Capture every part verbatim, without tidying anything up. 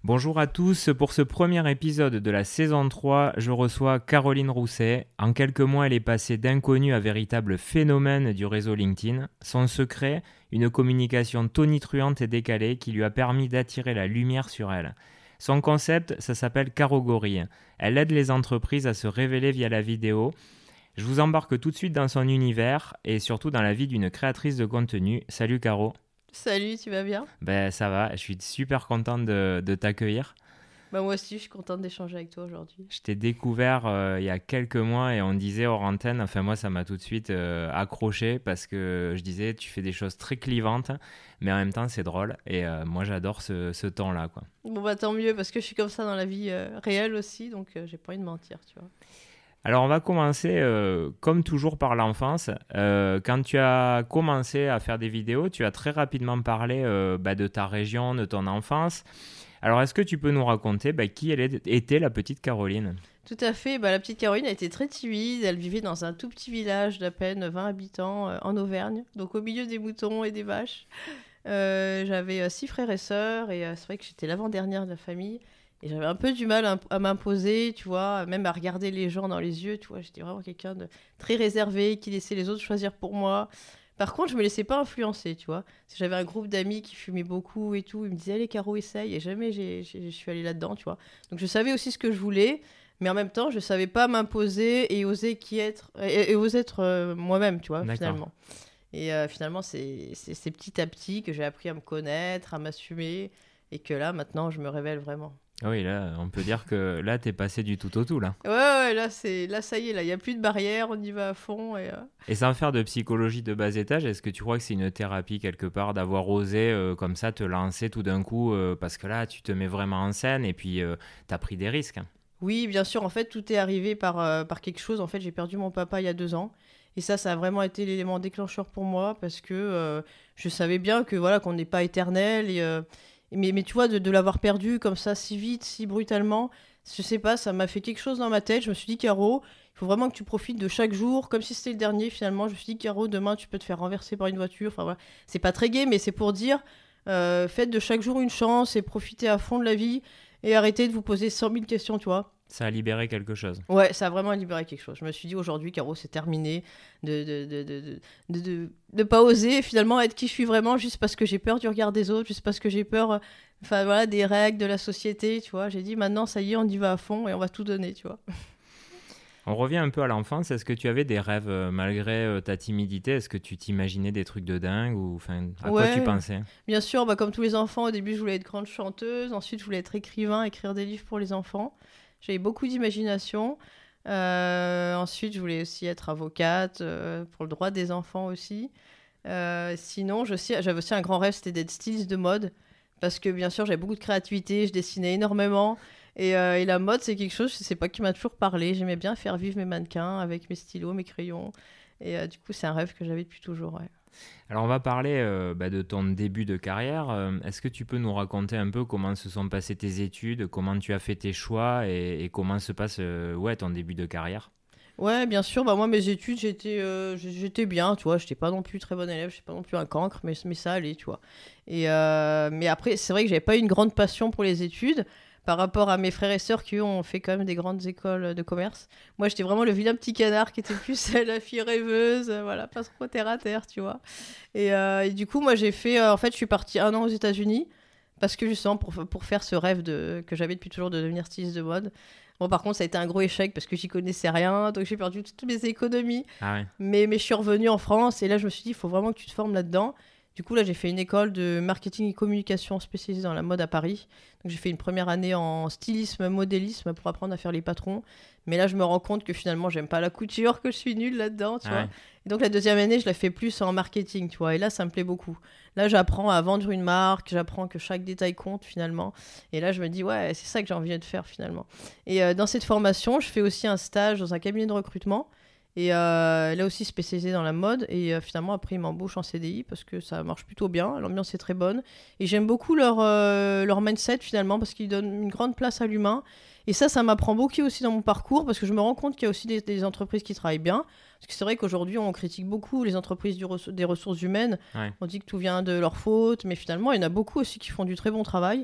Bonjour à tous, pour ce premier épisode de la saison trois, je reçois Caroline Rousset. En quelques mois, elle est passée d'inconnue à véritable phénomène du réseau LinkedIn. Son secret, une communication tonitruante et décalée qui lui a permis d'attirer la lumière sur elle. Son concept, ça s'appelle Caro Gorille. Elle aide les entreprises à se révéler via la vidéo. Je vous embarque tout de suite dans son univers et surtout dans la vie d'une créatrice de contenu. Salut Caro. Salut, tu vas bien? Ben ça va, je suis super content de, de t'accueillir. Bah moi aussi, je suis contente d'échanger avec toi aujourd'hui. Je t'ai découvert euh, il y a quelques mois et on disait hors antenne, enfin moi ça m'a tout de suite euh, accroché parce que je disais tu fais des choses très clivantes mais en même temps c'est drôle et euh, moi j'adore ce, ce temps-là, quoi. Bon bah tant mieux parce que je suis comme ça dans la vie euh, réelle aussi, donc euh, j'ai pas envie de mentir, tu vois. Alors on va commencer euh, comme toujours par l'enfance. Euh, quand tu as commencé à faire des vidéos, tu as très rapidement parlé euh, bah, de ta région, de ton enfance. Alors est-ce que tu peux nous raconter bah, qui elle est- était la petite Caroline ? Tout à fait, bah, la petite Caroline a été très timide, elle vivait dans un tout petit village d'à peine vingt habitants euh, en Auvergne, donc au milieu des moutons et des vaches. Euh, j'avais euh, six frères et sœurs et euh, c'est vrai que j'étais l'avant-dernière de la famille. Et j'avais un peu du mal à, à m'imposer, tu vois, même à regarder les gens dans les yeux, tu vois. J'étais vraiment quelqu'un de très réservé, qui laissait les autres choisir pour moi. Par contre, je me laissais pas influencer, tu vois. Si j'avais un groupe d'amis qui fumaient beaucoup et tout, ils me disaient, allez, Caro, essaye. Et jamais j'ai, j'ai- je suis allée là-dedans, tu vois. Donc je savais aussi ce que je voulais, mais en même temps, je savais pas m'imposer et oser qui être, et, et oser être euh, moi-même, tu vois, D'accord. finalement. Et euh, finalement, c'est, c'est, c'est petit à petit que j'ai appris à me connaître, à m'assumer, et que là, maintenant, je me révèle vraiment. Oui, là, on peut dire que là, t'es passé du tout au tout, là. Ouais, ouais, là, c'est... là ça y est, là, il n'y a plus de barrière, on y va à fond. Et, euh, Et sans faire de psychologie de bas étage, est-ce que tu crois que c'est une thérapie quelque part d'avoir osé euh, comme ça te lancer tout d'un coup euh, parce que là, tu te mets vraiment en scène et puis euh, t'as pris des risques, hein. Oui, bien sûr, en fait, tout est arrivé par, euh, par quelque chose. En fait, j'ai perdu mon papa il y a deux ans. Et ça, ça a vraiment été l'élément déclencheur pour moi parce que euh, je savais bien que voilà qu'on n'est pas éternel. Et, euh, mais, mais tu vois, de, de l'avoir perdu comme ça, si vite, si brutalement, je sais pas, ça m'a fait quelque chose dans ma tête. Je me suis dit, Caro, il faut vraiment que tu profites de chaque jour, comme si c'était le dernier finalement. Je me suis dit, Caro, demain, tu peux te faire renverser par une voiture. Enfin, voilà. C'est pas très gai, mais c'est pour dire, euh, faites de chaque jour une chance et profitez à fond de la vie et arrêtez de vous poser cent mille questions, tu vois. Ça a libéré quelque chose. Ouais, ça a vraiment libéré quelque chose. Je me suis dit aujourd'hui, Caro, c'est terminé de de, de, de, de, de, de- de pas oser finalement être qui je suis vraiment juste parce que j'ai peur du regard des autres, juste parce que j'ai peur euh, enfin, voilà, des règles de la société, tu vois. J'ai dit maintenant, ça y est, on y va à fond et on va tout donner, tu vois. On revient un peu à l'enfance. Est-ce que tu avais des rêves euh, malgré euh, ta timidité? Est-ce que tu t'imaginais des trucs de dingue ou enfin à quoi tu Ouais, pensais? bien sûr, bah, comme tous les enfants, au début, je voulais être grande chanteuse, ensuite, je voulais être écrivain, écrire des livres pour les enfants. J'avais beaucoup d'imagination. Euh, ensuite, je voulais aussi être avocate euh, pour le droit des enfants aussi. Euh, sinon, je sais- j'avais aussi un grand rêve, c'était d'être styliste de mode. Parce que bien sûr, j'avais beaucoup de créativité, je dessinais énormément. Et, euh, et la mode, c'est quelque chose, je sais pas, qui m'a toujours parlé. J'aimais bien faire vivre mes mannequins avec mes stylos, mes crayons. Et euh, du coup, c'est un rêve que j'avais depuis toujours, ouais. Alors on va parler euh, bah, de ton début de carrière. Euh, est-ce que tu peux nous raconter un peu comment se sont passées tes études, comment tu as fait tes choix et, et comment se passe euh, ouais, ton début de carrière? Ouais, bien sûr. Bah, moi, mes études, j'étais euh, j- j'étais bien, tu vois. J'étais pas non plus très bonne élève, j'étais pas non plus un cancre, mais, mais ça allait, tu vois. Et, euh, mais après, c'est vrai que j'avais pas une grande passion pour les études par rapport à mes frères et sœurs qui, eux, ont fait quand même des grandes écoles de commerce. Moi, j'étais vraiment le vilain petit canard qui était plus la fille rêveuse, euh, voilà, pas trop terre à terre, tu vois. Et, euh, et du coup, moi, j'ai fait. Euh, en fait, je suis partie un an aux États-Unis parce que justement, pour, pour faire ce rêve de, que j'avais depuis toujours de devenir styliste de mode. Bon, par contre, ça a été un gros échec parce que j'y connaissais rien, donc j'ai perdu toutes mes économies. Ah ouais. Mais, mais je suis revenue en France et là, je me suis dit, il faut vraiment que tu te formes là-dedans. Du coup, là, j'ai fait une école de marketing et communication spécialisée dans la mode à Paris. Donc, j'ai fait une première année en stylisme, modélisme pour apprendre à faire les patrons. Mais là, je me rends compte que finalement, j'aime pas la couture, que je suis nulle là-dedans, tu Ah vois. ouais. Et donc, la deuxième année, je la fais plus en marketing, tu vois. Et là, ça me plaît beaucoup. Là, j'apprends à vendre une marque, j'apprends que chaque détail compte finalement. Et là, je me dis, ouais, c'est ça que j'ai envie de faire finalement. Et euh, dans cette formation, je fais aussi un stage dans un cabinet de recrutement. Et euh, là aussi spécialisé dans la mode. Et euh, finalement, après, ils m'embauchent en C D I parce que ça marche plutôt bien. L'ambiance est très bonne. Et j'aime beaucoup leur, euh, leur mindset finalement parce qu'ils donnent une grande place à l'humain. Et ça, ça m'apprend beaucoup aussi dans mon parcours parce que je me rends compte qu'il y a aussi des, des entreprises qui travaillent bien. Parce que c'est vrai qu'aujourd'hui, on critique beaucoup les entreprises du res- des ressources humaines. Ouais. On dit que tout vient de leur faute. Mais finalement, il y en a beaucoup aussi qui font du très bon travail.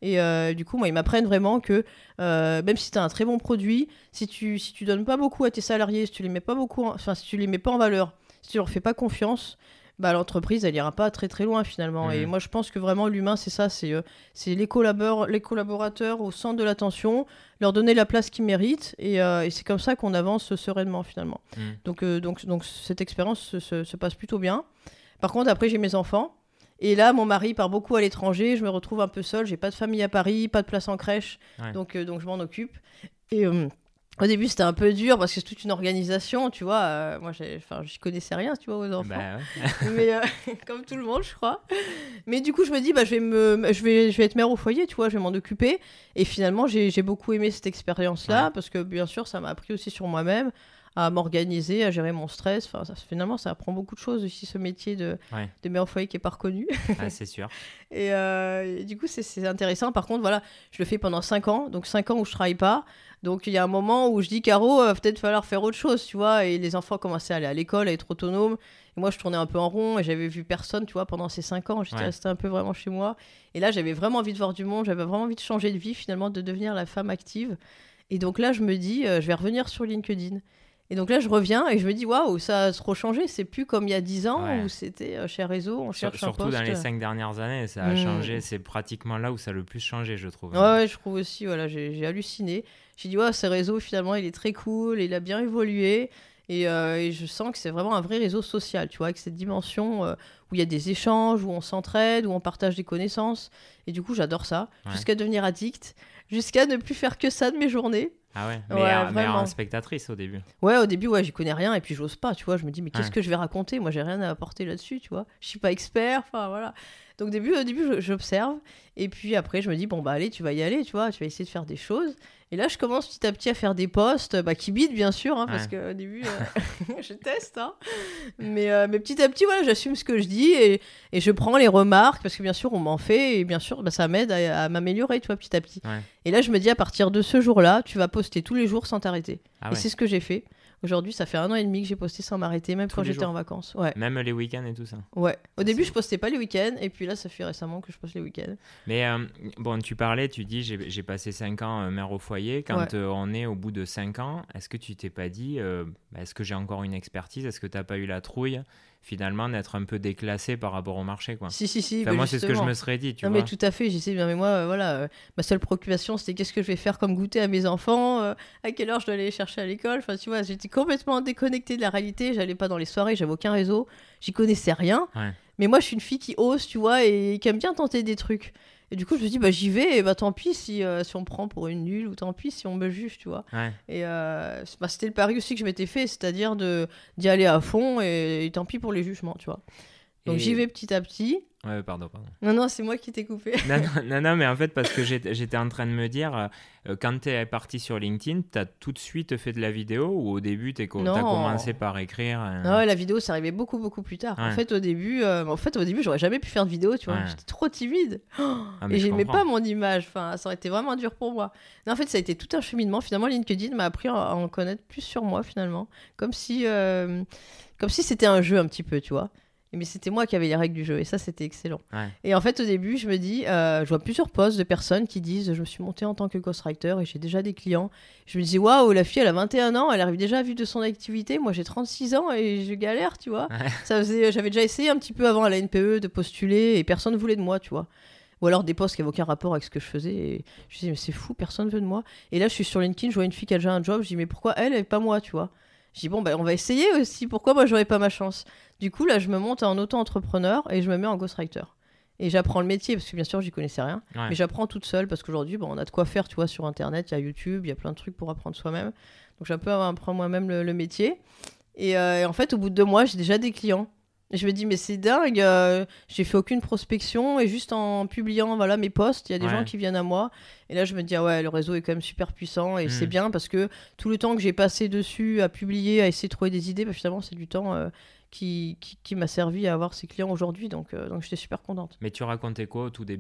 Et euh, du coup, moi, ils m'apprennent vraiment que euh, même si tu as un très bon produit, si tu si tu donnes pas beaucoup à tes salariés, si tu les mets pas beaucoup, en, enfin si tu les mets pas en valeur, si tu leur fais pas confiance, bah l'entreprise elle ira pas très très loin finalement. Mmh. Et moi, je pense que vraiment l'humain, c'est ça, c'est euh, c'est les collabor- les collaborateurs au centre de l'attention, leur donner la place qu'ils méritent, et, euh, et c'est comme ça qu'on avance sereinement finalement. Mmh. Donc euh, donc donc cette expérience se, se, se passe plutôt bien. Par contre, après j'ai mes enfants. Et là, mon mari part beaucoup à l'étranger, je me retrouve un peu seule, j'ai pas de famille à Paris, pas de place en crèche, ouais. donc, euh, donc je m'en occupe. Et euh, au début, c'était un peu dur parce que c'est toute une organisation, tu vois. Euh, moi, j'y connaissais rien, tu vois, aux enfants. Bah ouais. Mais euh, comme tout le monde, je crois. Mais du coup, je me dis, bah, je, vais me, je, vais, je vais être mère au foyer, tu vois, je vais m'en occuper. Et finalement, j'ai, j'ai beaucoup aimé cette expérience-là, ouais. parce que bien sûr, ça m'a appris aussi sur moi-même, à m'organiser, à gérer mon stress. Enfin, ça, finalement, ça apprend beaucoup de choses aussi, ce métier de, ouais. de mère au foyer qui n'est pas reconnu. Ah, c'est sûr. et, euh, et du coup, c'est, c'est intéressant. Par contre, voilà, je le fais pendant cinq ans. Donc, cinq ans où je ne travaille pas. Donc, il y a un moment où je dis, Caro, euh, peut-être falloir faire autre chose, tu vois. Et les enfants commençaient à aller à l'école, à être autonomes. Et moi, je tournais un peu en rond et j'avais vu personne, tu vois, pendant ces cinq ans. J'étais ouais. restée un peu vraiment chez moi. Et là, j'avais vraiment envie de voir du monde. J'avais vraiment envie de changer de vie, finalement, de devenir la femme active. Et donc là, je me dis, euh, je vais revenir sur LinkedIn. Et donc là, je reviens et je me dis, waouh, ça a trop changé. C'est plus comme il y a dix ans ouais. où c'était euh, chez Réseau, on cherche Sur, un poste. Surtout dans les cinq dernières années, ça a mmh. changé. C'est pratiquement là où ça a le plus changé, je trouve. Ouais, ouais je trouve aussi. Voilà, j'ai, j'ai halluciné. J'ai dit, ouais, ce réseau, finalement, il est très cool, il a bien évolué. Et, euh, et je sens que c'est vraiment un vrai réseau social, tu vois, avec cette dimension euh, où il y a des échanges, où on s'entraide, où on partage des connaissances. Et du coup, j'adore ça, ouais. jusqu'à devenir addict, jusqu'à ne plus faire que ça de mes journées. Ah ouais, mais, ouais, euh, mais en spectatrice au début. Ouais, au début, ouais, j'y connais rien et puis j'ose pas, tu vois. Je me dis, mais qu'est-ce ouais. que je vais raconter ? Moi, j'ai rien à apporter là-dessus, tu vois. Je suis pas expert, enfin voilà. Donc, au début, au début, j'observe et puis après, je me dis, bon, bah allez, tu vas y aller, tu vois, tu vas essayer de faire des choses. Et là, je commence petit à petit à faire des posts, bah, qui bident, bien sûr, hein, ouais. parce qu'au début, euh, je teste. Hein. Mais, euh, mais petit à petit, voilà, j'assume ce que je dis et, et je prends les remarques parce que bien sûr, on m'en fait et bien sûr, bah, ça m'aide à, à m'améliorer, tu vois, petit à petit. Ouais. Et là, je me dis, à partir de ce jour-là, tu vas poster tous les jours sans t'arrêter. Ah ouais. Et c'est ce que j'ai fait. Aujourd'hui, ça fait un an et demi que j'ai posté sans m'arrêter, même tous quand j'étais jours. En vacances. Ouais. Même les week-ends et tout ça. Ouais. Au ça, début, c'est... je postais pas les week-ends, et puis là, ça fait récemment que je poste les week-ends. Mais euh, bon, tu parlais, tu dis, j'ai, j'ai passé cinq ans euh, mère au foyer. Quand ouais. euh, on est au bout de cinq ans, est-ce que tu t'es pas dit, euh, est-ce que j'ai encore une expertise ? Est-ce que t'as pas eu la trouille finalement d'être un peu déclassé par rapport au marché, quoi. Si, si, si. Enfin, bah moi, justement. c'est ce que je me serais dit, tu non, vois. mais tout à fait, j'essaie bien, mais moi, euh, voilà, euh, ma seule préoccupation, c'était qu'est-ce que je vais faire comme goûter à mes enfants, euh, à quelle heure je dois aller les chercher à l'école. Enfin, tu vois, j'étais complètement déconnectée de la réalité, j'allais pas dans les soirées, j'avais aucun réseau, j'y connaissais rien. Ouais. Mais moi, je suis une fille qui ose, tu vois, et qui aime bien tenter des trucs. Et du coup, je me dis, bah, j'y vais, et bah, tant pis si, euh, si on me prend pour une nulle, ou tant pis si on me juge, tu vois. Ouais. Et euh, bah, c'était le pari aussi que je m'étais fait, c'est-à-dire de, d'y aller à fond, et, et tant pis pour les jugements, tu vois. Donc et... j'y vais petit à petit. Ouais, pardon, pardon. Non, non, c'est moi qui t'ai coupé. non, non, non, non, mais en fait, parce que j'étais, j'étais en train de me dire, euh, quand t'es parti sur LinkedIn, t'as tout de suite fait de la vidéo ou au début, t'es co- t'as commencé par écrire euh... Non, la vidéo, ça arrivait beaucoup, beaucoup plus tard. Ouais. En fait, au début, euh, en fait, au début, j'aurais jamais pu faire de vidéo, tu vois. Ouais. J'étais trop timide. Oh, ah, et j'aimais comprends. Pas mon image. Enfin, ça aurait été vraiment dur pour moi. Non, en fait, ça a été tout un cheminement. Finalement, LinkedIn m'a appris à en connaître plus sur moi, finalement. Comme si, euh, comme si c'était un jeu un petit peu, tu vois. Mais c'était moi qui avais les règles du jeu et ça c'était excellent. Ouais. Et en fait au début je me dis, euh, je vois plusieurs posts de personnes qui disent je me suis montée en tant que ghostwriter et j'ai déjà des clients. Je me dis waouh, la fille elle a vingt et un ans, elle arrive déjà à vivre de son activité, moi j'ai trente-six ans et je galère, tu vois. Ouais. Ça faisait, j'avais déjà essayé un petit peu avant à la N P E de postuler et personne ne voulait de moi, tu vois. Ou alors des postes qui n'avaient aucun rapport avec ce que je faisais et je me dis mais c'est fou, personne ne veut de moi. Et là je suis sur LinkedIn, je vois une fille qui a déjà un job, je dis mais pourquoi elle et pas moi, tu vois. Je dis bon bah on va essayer aussi, pourquoi moi j'aurais pas ma chance. Du coup là je me monte en auto-entrepreneur et je me mets en ghostwriter. Et j'apprends le métier parce que bien sûr j'y connaissais rien, ouais. mais j'apprends toute seule parce qu'aujourd'hui bon, on a de quoi faire, tu vois, sur internet, il y a YouTube, il y a plein de trucs pour apprendre soi-même. Donc j'ai un peu apprendre moi-même le, le métier. Et, euh, et en fait au bout de deux mois j'ai déjà des clients. Et je me dis mais c'est dingue, euh, j'ai fait aucune prospection et juste en publiant voilà, mes posts, il y a des ouais. gens qui viennent à moi. Et là je me dis ah ouais le réseau est quand même super puissant et mmh. c'est bien parce que tout le temps que j'ai passé dessus à publier, à essayer de trouver des idées, bah, finalement c'est du temps euh, qui, qui, qui m'a servi à avoir ces clients aujourd'hui. Donc, euh, donc j'étais super contente. Mais tu racontais quoi au tout début ?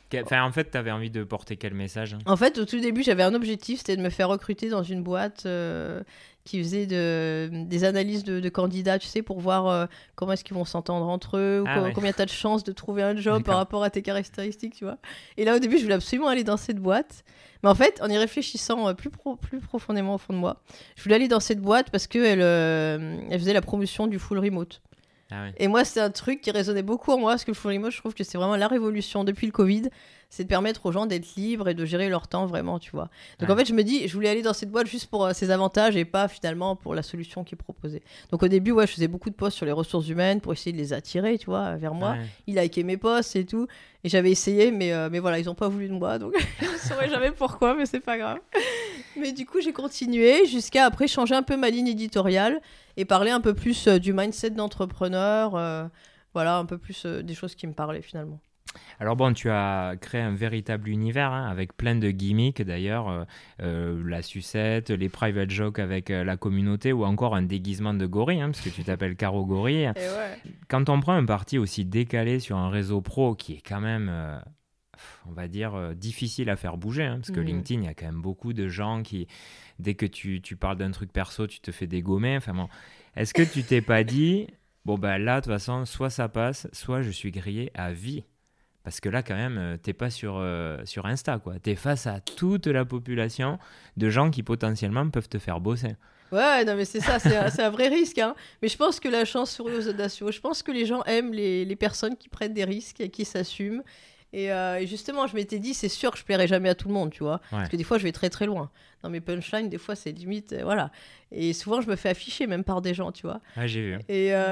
Enfin, en fait, tu avais envie de porter quel message? En fait, au tout début, j'avais un objectif, c'était de me faire recruter dans une boîte euh, qui faisait de, des analyses de, de candidats, tu sais, pour voir euh, comment est-ce qu'ils vont s'entendre entre eux, ou Ah co- ouais. combien tu as de chances de trouver un job par D'accord. rapport à tes caractéristiques, tu vois. Et là, au début, je voulais absolument aller dans cette boîte. Mais en fait, en y réfléchissant euh, plus, pro- plus profondément au fond de moi, je voulais aller dans cette boîte parce qu'elle euh, elle faisait la promotion du full remote. Ah ouais. Et moi, c'est un truc qui résonnait beaucoup en moi, parce que le full remote, je trouve que c'est vraiment la révolution depuis le Covid. C'est de permettre aux gens d'être libres et de gérer leur temps vraiment, tu vois. Donc Ouais. en fait, je me dis, je voulais aller dans cette boîte juste pour euh, ses avantages et pas finalement pour la solution qui est proposée. Donc au début, ouais, je faisais beaucoup de posts sur les ressources humaines pour essayer de les attirer, tu vois, vers moi. Ouais. Il likait mes posts et tout. Et j'avais essayé, mais, euh, mais voilà, ils n'ont pas voulu de moi. Donc je ne saurais jamais pourquoi, mais c'est pas grave. Mais du coup, j'ai continué jusqu'à après changer un peu ma ligne éditoriale et parler un peu plus euh, du mindset d'entrepreneur. euh, voilà, un peu plus euh, des choses qui me parlaient finalement. Alors bon, tu as créé un véritable univers hein, avec plein de gimmicks d'ailleurs, euh, euh, la sucette, les private jokes avec euh, la communauté ou encore un déguisement de gorille, hein, parce que tu t'appelles Caro Gorille. Et ouais. Quand on prend un parti aussi décalé sur un réseau pro qui est quand même, euh, on va dire, euh, difficile à faire bouger, hein, parce que Mhm. LinkedIn, il y a quand même beaucoup de gens qui, dès que tu, tu parles d'un truc perso, tu te fais dégommer. Enfin bon, est-ce que tu t'es pas dit, bon ben là, de toute façon, soit ça passe, soit je suis grillé à vie? Parce que là, quand même, euh, t'es pas sur, euh, sur Insta, quoi. T'es face à toute la population de gens qui potentiellement peuvent te faire bosser. Ouais, non, mais c'est ça, c'est un, c'est un vrai risque. Hein. Mais je pense que la chance sourit aux audacieux. Je pense que les gens aiment les, les personnes qui prennent des risques et qui s'assument. Et, euh, et justement, je m'étais dit, c'est sûr que je plairai jamais à tout le monde, tu vois. Ouais. Parce que des fois, je vais très très loin. Dans mes punchlines, des fois, c'est limite, euh, voilà. Et souvent, je me fais afficher même par des gens, tu vois. Ouais, j'ai vu. Et, euh,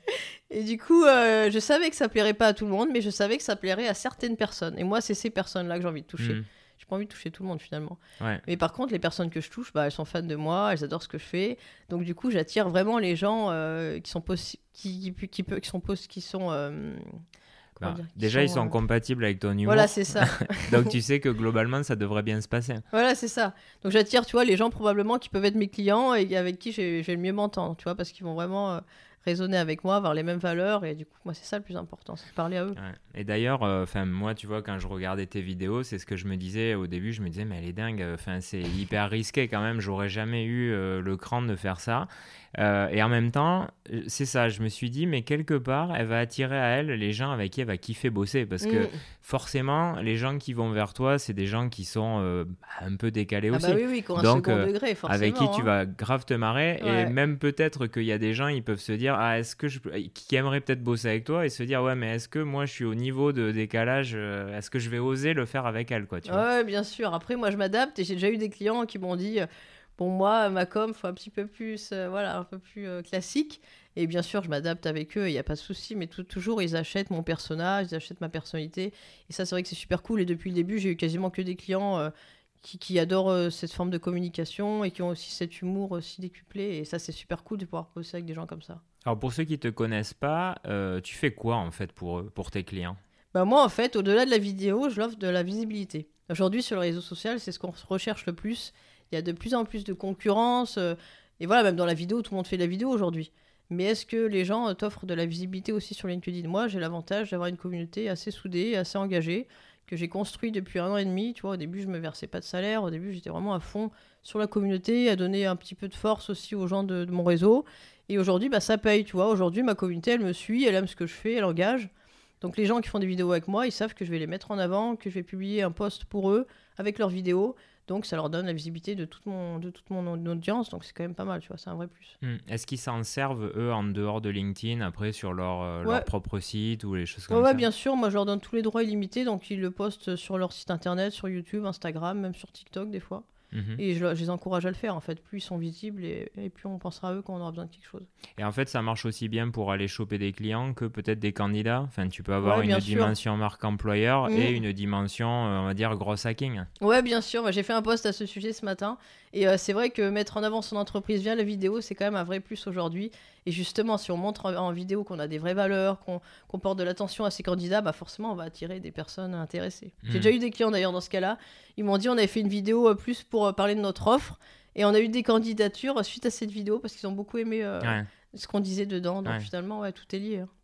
et du coup, euh, je savais que ça plairait pas à tout le monde, mais je savais que ça plairait à certaines personnes. Et moi, c'est ces personnes-là que j'ai envie de toucher. Mm. J'ai pas envie de toucher tout le monde finalement. Ouais. Mais par contre, les personnes que je touche, bah, elles sont fans de moi, elles adorent ce que je fais. Donc du coup, j'attire vraiment les gens euh, qui sont possi- qui, qui, qui, peut- qui sont pos- qui sont euh, comment Bah, dire, qui déjà, ils sont euh, compatibles avec ton humour. Voilà, c'est ça. Donc, tu sais que globalement, ça devrait bien se passer. Voilà, c'est ça. Donc j'attire, tu vois, les gens probablement qui peuvent être mes clients et avec qui j'ai- je vais le mieux m'entendre, tu vois, parce qu'ils vont vraiment euh, raisonner avec moi, avoir les mêmes valeurs. Et du coup, moi, c'est ça le plus important, c'est de parler à eux. Ouais. Et d'ailleurs, enfin moi, tu vois, quand je regardais tes vidéos, c'est ce que je me disais au début. Je me disais, mais elle est dingue. Enfin, c'est hyper risqué quand même. J'aurais jamais eu euh, le cran de faire ça. Euh, et en même temps, c'est ça. Je me suis dit, mais quelque part, elle va attirer à elle les gens avec qui elle va kiffer bosser, parce que Mm. forcément, les gens qui vont vers toi, c'est des gens qui sont euh, un peu décalés Ah aussi. bah oui, oui, qui ont un Donc, second euh, degré, forcément. avec qui tu hein. vas grave te marrer. Ouais. Et même peut-être qu'il y a des gens, ils peuvent se dire, ah, est-ce que je peux- qui aimeraient peut-être bosser avec toi et se dire, ouais, mais est-ce que moi je suis au niveau de décalage, euh, est-ce que je vais oser le faire avec elle, quoi, tu vois. Ouais, bien sûr. Après, moi, je m'adapte et j'ai déjà eu des clients qui m'ont dit, euh, bon, moi, ma com, faut un petit peu plus, euh, voilà, un peu plus euh, classique. Et bien sûr, je m'adapte avec eux, il n'y a pas de souci. Mais tout- toujours, ils achètent mon personnage, ils achètent ma personnalité. Et ça, c'est vrai que c'est super cool. Et depuis le début, j'ai eu quasiment que des clients euh, qui, qui adorent euh, cette forme de communication et qui ont aussi cet humour aussi décuplé. Et ça, c'est super cool de pouvoir bosser avec des gens comme ça. Alors pour ceux qui te connaissent pas, euh, tu fais quoi en fait pour eux, pour tes clients? Bah moi, en fait, au-delà de la vidéo, je l'offre de la visibilité. Aujourd'hui, sur les réseaux sociaux, c'est ce qu'on recherche le plus. Il y a de plus en plus de concurrence. euh, et voilà, même dans la vidéo, tout le monde fait de la vidéo aujourd'hui. Mais est-ce que les gens euh, t'offrent de la visibilité aussi sur LinkedIn? Moi, j'ai l'avantage d'avoir une communauté assez soudée, assez engagée, que j'ai construit depuis un an et demi. Tu vois, au début, je me versais pas de salaire. Au début, j'étais vraiment à fond sur la communauté, à donner un petit peu de force aussi aux gens de, de mon réseau. Et aujourd'hui, bah, ça paye, tu vois. Aujourd'hui, ma communauté, elle me suit, elle aime ce que je fais, elle engage. Donc les gens qui font des vidéos avec moi, ils savent que je vais les mettre en avant, que je vais publier un post pour eux avec leurs vidéos. Donc ça leur donne la visibilité de toute mon, de toute mon audience. Donc c'est quand même pas mal, tu vois, c'est un vrai plus. Hmm. Est-ce qu'ils s'en servent eux en dehors de LinkedIn, après sur leur, euh, Ouais. leur propre site ou les choses comme Ouais, ouais, ça? bien sûr, moi je leur donne tous les droits illimités. Donc ils le postent sur leur site internet, sur YouTube, Instagram, même sur TikTok des fois. Mhm. Et je, je les encourage à le faire en fait. Plus ils sont visibles et, et plus on pensera à eux quand on aura besoin de quelque chose. Et en fait, ça marche aussi bien pour aller choper des clients que peut-être des candidats. Enfin, tu peux avoir Ouais, bien une sûr. dimension marque employeur Mhm. et une dimension, euh, on va dire, gros hacking. Ouais, bien sûr. Moi, j'ai fait un post à ce sujet ce matin. Et euh, c'est vrai que mettre en avant son entreprise via la vidéo, c'est quand même un vrai plus aujourd'hui. Et justement, si on montre en, en vidéo qu'on a des vraies valeurs, qu'on qu'on porte de l'attention à ses candidats, bah forcément, on va attirer des personnes intéressées. Mhm. J'ai déjà eu des clients d'ailleurs dans ce cas-là. Ils m'ont dit on avait fait une vidéo euh, plus pour euh, parler de notre offre. Et on a eu des candidatures euh, suite à cette vidéo parce qu'ils ont beaucoup aimé euh, Ouais. ce qu'on disait dedans. Donc Ouais. finalement, ouais, tout est lié. hein.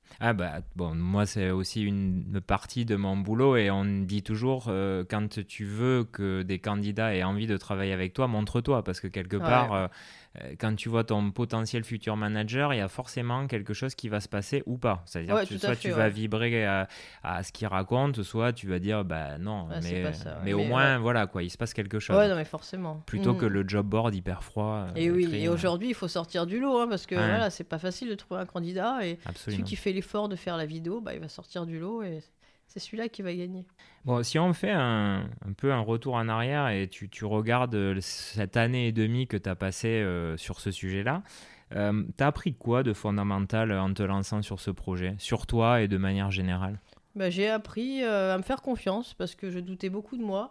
Ah bah bon, moi c'est aussi une partie de mon boulot et on dit toujours euh, quand tu veux que des candidats aient envie de travailler avec toi, montre-toi parce que quelque part, Ouais, euh, euh, quand tu vois ton potentiel futur manager, il y a forcément quelque chose qui va se passer ou pas. C'est-à-dire ouais, que tout à soit tu fait, vas ouais. vibrer à, à ce qu'il raconte, soit tu vas dire bah non, Ouais, c'est pas mais, ça, ouais. mais au Mais ouais. moins voilà quoi, il se passe quelque Ouais, chose. non, mais forcément. Plutôt que Mhm. le job board hyper froid, Et euh, oui, et écrit. euh, aujourd'hui, il faut sortir du lot, hein, parce que ouais, voilà, c'est pas facile de trouver un candidat, et celui absolument. qui fait l'effort de faire la vidéo, bah, il va sortir du lot, et c'est celui-là qui va gagner. Bon, si on fait un, un peu un retour en arrière et tu, tu regardes euh, cette année et demie que tu as passé euh, sur ce sujet-là, euh, tu as appris quoi de fondamental en te lançant sur ce projet, sur toi et de manière générale? Bah, j'ai appris euh, à me faire confiance, parce que je doutais beaucoup de moi.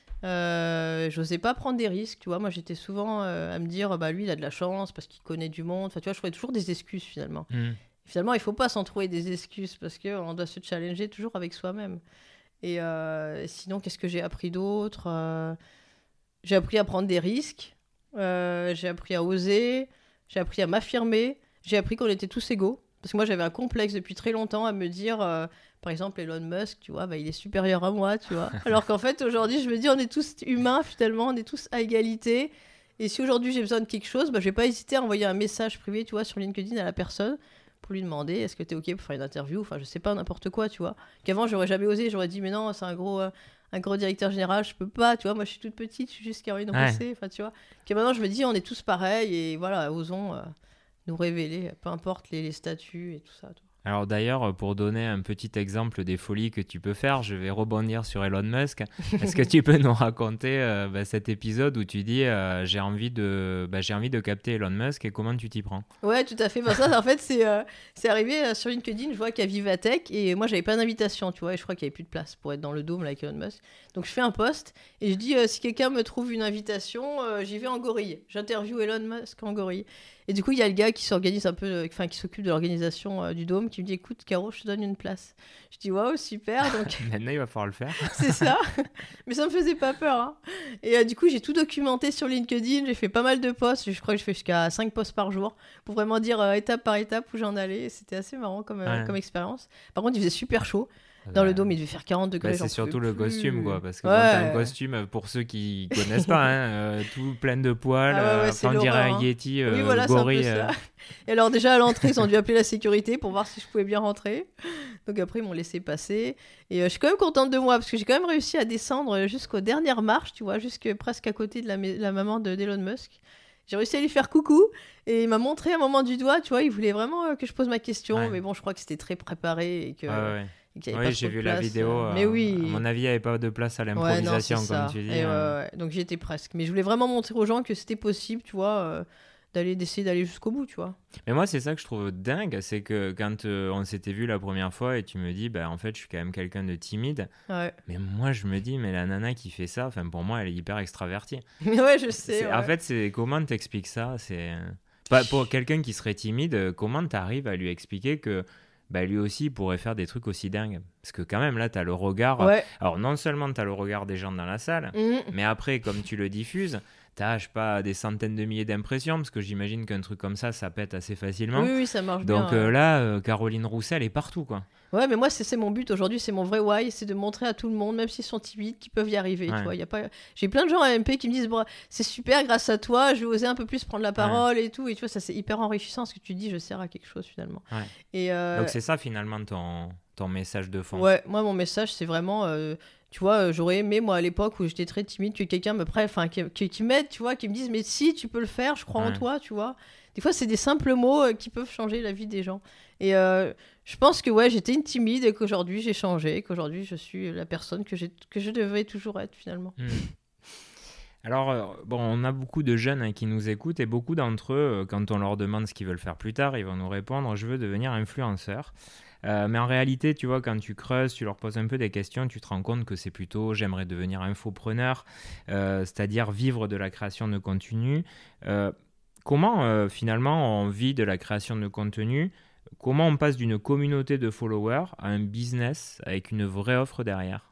Euh, j'osais pas prendre des risques, tu vois. Moi, j'étais souvent euh, à me dire, bah lui, il a de la chance parce qu'il connaît du monde. Enfin, tu vois, je trouvais toujours des excuses finalement. Hmm. Finalement, il faut pas s'en trouver des excuses parce que on doit se challenger toujours avec soi-même. Et euh, sinon, qu'est-ce que j'ai appris d'autre? Euh, J'ai appris à prendre des risques. Euh, j'ai appris à oser. J'ai appris à m'affirmer. J'ai appris qu'on était tous égaux. Parce que moi, j'avais un complexe depuis très longtemps à me dire, euh, par exemple, Elon Musk, tu vois, bah, il est supérieur à moi, tu vois. Alors qu'en fait, aujourd'hui, je me dis, on est tous humains, finalement, on est tous à égalité. Et si aujourd'hui j'ai besoin de quelque chose, bah, je vais pas hésiter à envoyer un message privé, tu vois, sur LinkedIn à la personne pour lui demander est-ce que tu es OK pour faire une interview, enfin, je sais pas, n'importe quoi, tu vois. Qu'avant, j'aurais jamais osé, j'aurais dit, mais non, c'est un gros, euh, un gros directeur général, je peux pas, tu vois. Moi, je suis toute petite, je suis juste Caroline Ouais. Rousset, enfin, tu vois. Que maintenant, je me dis, on est tous pareils et voilà, osons euh, nous révéler, peu importe les, les statuts et tout ça. Tu vois. Alors d'ailleurs, pour donner un petit exemple des folies que tu peux faire, je vais rebondir sur Elon Musk. Est-ce que tu peux nous raconter euh, bah, cet épisode où tu dis euh, j'ai envie de bah, j'ai envie de capter Elon Musk et comment tu t'y prends? Ouais, tout à fait. Bah, ça, en fait, c'est euh, c'est arrivé euh, sur LinkedIn. Je vois qu'il y a Vivatech et moi, j'avais pas d'invitation, tu vois. Et je crois qu'il y avait plus de place pour être dans le dôme là, avec Elon Musk. Donc, je fais un post et je dis euh, si quelqu'un me trouve une invitation, euh, j'y vais en gorille. J'interviewe Elon Musk en gorille. Et du coup, il y a le gars qui s'organise un peu, euh, enfin, qui s'occupe de l'organisation euh, du dôme, qui me dit écoute, Caro, je te donne une place. Je dis waouh, super. Donc, Maintenant, il va falloir le faire. c'est ça. Mais ça me faisait pas peur. Hein. Et euh, du coup, j'ai tout documenté sur LinkedIn. J'ai fait pas mal de posts. Je crois que je fais jusqu'à cinq posts par jour pour vraiment dire euh, étape par étape où j'en allais. C'était assez marrant comme, euh, Ouais. comme expérience. Par contre, il faisait super chaud. Dans Bah, le dôme, il devait faire quarante degrés. bah, J'en c'est pouvais surtout le plus. costume, quoi. Parce que bon, t'as un Ouais. costume, pour ceux qui connaissent pas, hein, euh, tout plein de poils. Ah ouais, ouais, euh, c'est enfin, on dirait l'horreur. un Hein. Yeti Oui, euh, voilà, c'est un peu gorille. euh. ça. Et alors, déjà à l'entrée, ils ont dû appeler la sécurité pour voir si je pouvais bien rentrer. Donc après, ils m'ont laissé passer. Et euh, je suis quand même contente de moi parce que j'ai quand même réussi à descendre jusqu'aux dernières marches, tu vois, jusque presque à côté de la, ma- la maman de d'Elon Musk. J'ai réussi à lui faire coucou et il m'a montré un moment du doigt, tu vois, il voulait vraiment euh, que je pose ma question. Ouais. Mais bon, je crois que c'était très préparé et que. Ouais, ouais. et qu'il y avait Oui, pas j'ai trop de vu la place. vidéo. euh, euh, Mais oui. À mon avis, il n'y avait pas de place à Ouais, non, c'est l'improvisation, comme ça. tu dis. Et ouais, euh. ouais. Donc j'y étais presque. Mais je voulais vraiment montrer aux gens que c'était possible, tu vois, euh, d'aller, d'essayer d'aller jusqu'au bout, tu vois. Mais moi, c'est ça que je trouve dingue, c'est que quand euh, on s'était vu la première fois et tu me dis, bah, en fait, je suis quand même quelqu'un de timide. Ouais. Mais moi, je me dis, mais la nana qui fait ça, enfin, pour moi, elle est hyper extravertie. Mais ouais, je sais. C'est- Ouais. En fait, c'est comment t'expliques ça? C'est pas pour quelqu'un qui serait timide, euh, comment t'arrives à lui expliquer que bah, lui aussi il pourrait faire des trucs aussi dingues? Parce que quand même, là, t'as le regard. Ouais. Alors, non seulement t'as le regard des gens dans la salle, Mhm. mais après, comme tu le diffuses, t'as, je sais pas, des centaines de milliers d'impressions, parce que j'imagine qu'un truc comme ça, ça pète assez facilement. Oui, oui, ça marche Donc bien. euh, ouais. là, euh, Caroline Roussel est partout, quoi. Ouais, mais moi, c'est c'est mon but aujourd'hui, c'est mon vrai why, c'est de montrer à tout le monde, même s'ils sont timides, qu'ils peuvent y arriver. Ouais. Tu vois, y a pas... J'ai plein de gens à M P qui me disent bon, c'est super, grâce à toi, je vais oser un peu plus prendre la parole et tout. Et tu vois, ça c'est hyper enrichissant ce que tu dis, je sers à quelque chose finalement. Ouais. Et euh, Donc c'est ça finalement ton, ton message de fond. ouais, moi, mon message, c'est vraiment. euh, Tu vois, euh, j'aurais aimé, moi, à l'époque où j'étais très timide, que quelqu'un me prenne, enfin, qui, qui, qui m'aide, tu vois, qui me dise, mais si, tu peux le faire, je crois en Ouais. toi, tu vois. Des fois, c'est des simples mots euh, qui peuvent changer la vie des gens. Et euh, je pense que, ouais, j'étais une timide et qu'aujourd'hui, j'ai changé, et qu'aujourd'hui, je suis la personne que, j'ai, que je devais toujours être, finalement. Hmm. Alors, euh, bon, on a beaucoup de jeunes hein, qui nous écoutent et beaucoup d'entre eux, euh, quand on leur demande ce qu'ils veulent faire plus tard, ils vont nous répondre « je veux devenir influenceur ». Euh, mais en réalité, tu vois, quand tu creuses, tu leur poses un peu des questions, tu te rends compte que c'est plutôt j'aimerais devenir infopreneur, euh, c'est-à-dire vivre de la création de contenu. Euh, comment euh, finalement on vit de la création de contenu? Comment on passe d'une communauté de followers à un business avec une vraie offre derrière?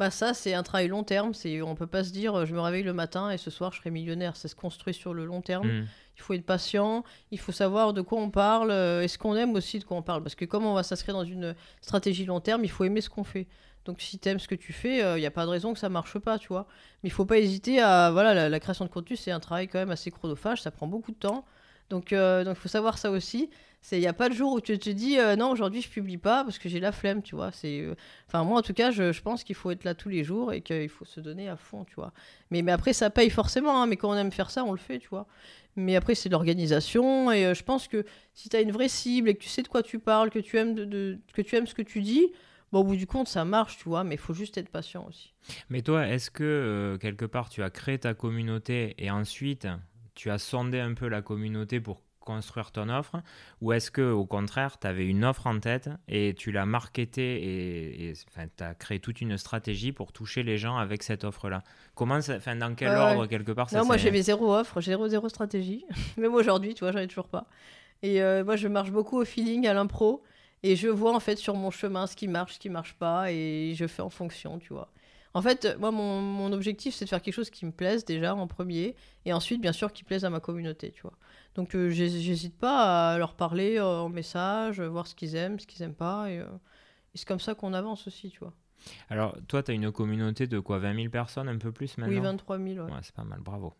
Bah ça, c'est un travail long terme. C'est, on peut pas se dire, euh, je me réveille le matin et ce soir, je serai millionnaire. Ça se construit sur le long terme. Mm. Il faut être patient. Il faut savoir de quoi on parle. euh, et ce qu'on aime aussi de quoi on parle. Parce que comme on va s'inscrire dans une stratégie long terme, il faut aimer ce qu'on fait. Donc si tu aimes ce que tu fais, il n'y a pas de raison que ça marche pas, tu vois. Mais il faut pas hésiter à... Voilà, la, la création de contenu, c'est un travail quand même assez chronophage. Ça prend beaucoup de temps. Donc euh, donc il faut savoir ça aussi. Il n'y a pas de jour où tu te dis euh, non, aujourd'hui je publie pas parce que j'ai la flemme, tu vois. C'est, euh, enfin, moi en tout cas, je, je pense qu'il faut être là tous les jours et qu'il faut se donner à fond, tu vois. Mais, mais après, ça paye forcément, hein, mais quand on aime faire ça, on le fait, tu vois. Mais après, c'est de l'organisation et euh, je pense que si tu as une vraie cible et que tu sais de quoi tu parles, que tu aimes, de, de- que tu aimes ce que tu dis, bon, au bout du compte, ça marche, tu vois, mais il faut juste être patient aussi. Mais toi, est-ce que euh, quelque part tu as créé ta communauté et ensuite tu as sondé un peu la communauté pour construire ton offre, ou est-ce que au contraire tu avais une offre en tête et tu l'as marketée et et, enfin, tu as créé toute une stratégie pour toucher les gens avec cette offre-là? Comment ça, enfin, dans quel Ouais, ordre ouais. quelque part ça Non, moi s'est... j'avais zéro offre, zéro, zéro stratégie. Même aujourd'hui, tu vois, j'en ai toujours pas. Et euh, moi, je marche beaucoup au feeling, à l'impro. Et je vois en fait sur mon chemin ce qui marche, ce qui marche pas. Et je fais en fonction, tu vois. En fait, moi, mon, mon objectif, c'est de faire quelque chose qui me plaise déjà en premier. Et ensuite, bien sûr, qui plaise à ma communauté, tu vois. Donc, euh, j'hés- j'hésite pas à leur parler euh, en message, euh, voir ce qu'ils aiment, ce qu'ils aiment pas. Et, euh, et c'est comme ça qu'on avance aussi, tu vois. Alors toi, tu as une communauté de quoi, vingt mille personnes, un peu plus Oui, maintenant? vingt-trois mille, ouais. Ouais, c'est pas mal, bravo.